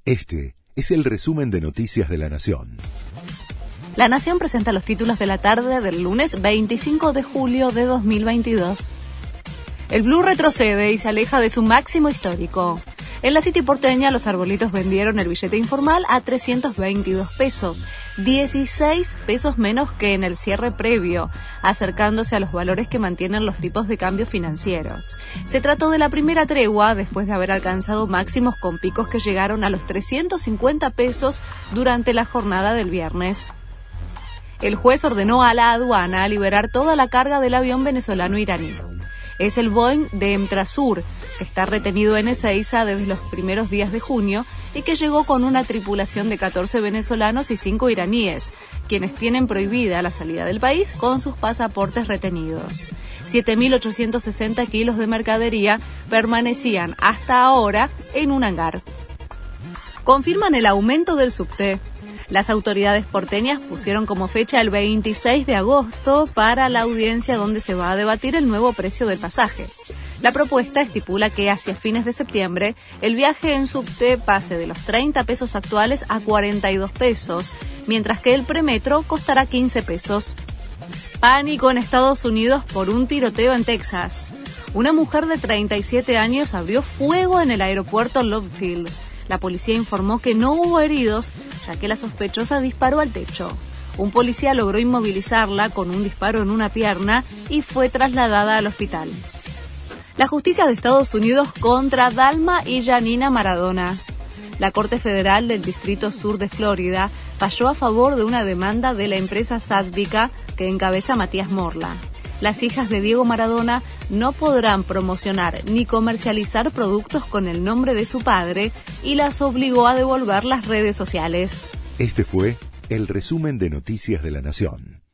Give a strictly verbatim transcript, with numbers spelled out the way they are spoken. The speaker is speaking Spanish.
Este es el resumen de Noticias de la Nación. La Nación presenta los títulos de la tarde del lunes veinticinco de julio de dos mil veintidós. El blue retrocede y se aleja de su máximo histórico. En la City porteña, los arbolitos vendieron el billete informal a trescientos veintidós pesos, dieciséis pesos menos que en el cierre previo, acercándose a los valores que mantienen los tipos de cambio financieros. Se trató de la primera tregua después de haber alcanzado máximos con picos que llegaron a los trescientos cincuenta pesos durante la jornada del viernes. El juez ordenó a la aduana liberar toda la carga del avión venezolano-iraní. Es el Boeing de Emtrasur, que está retenido en Ezeiza desde los primeros días de junio y que llegó con una tripulación de catorce venezolanos y cinco iraníes, quienes tienen prohibida la salida del país con sus pasaportes retenidos. siete mil ochocientos sesenta kilos de mercadería permanecían hasta ahora en un hangar. Confirman el aumento del subte. Las autoridades porteñas pusieron como fecha el veintiséis de agosto para la audiencia donde se va a debatir el nuevo precio del pasaje. La propuesta estipula que hacia fines de septiembre el viaje en subte pase de los treinta pesos actuales a cuarenta y dos pesos, mientras que el premetro costará quince pesos. Pánico en Estados Unidos por un tiroteo en Texas. Una mujer de treinta y siete años abrió fuego en el aeropuerto Love Field. La policía informó que no hubo heridos, ya que la sospechosa disparó al techo. Un policía logró inmovilizarla con un disparo en una pierna y fue trasladada al hospital. La justicia de Estados Unidos contra Dalma y Yanina Maradona. La Corte Federal del Distrito Sur de Florida falló a favor de una demanda de la empresa Sadvica que encabeza Matías Morla. Las hijas de Diego Maradona no podrán promocionar ni comercializar productos con el nombre de su padre y las obligó a devolver las redes sociales. Este fue el resumen de Noticias de la Nación.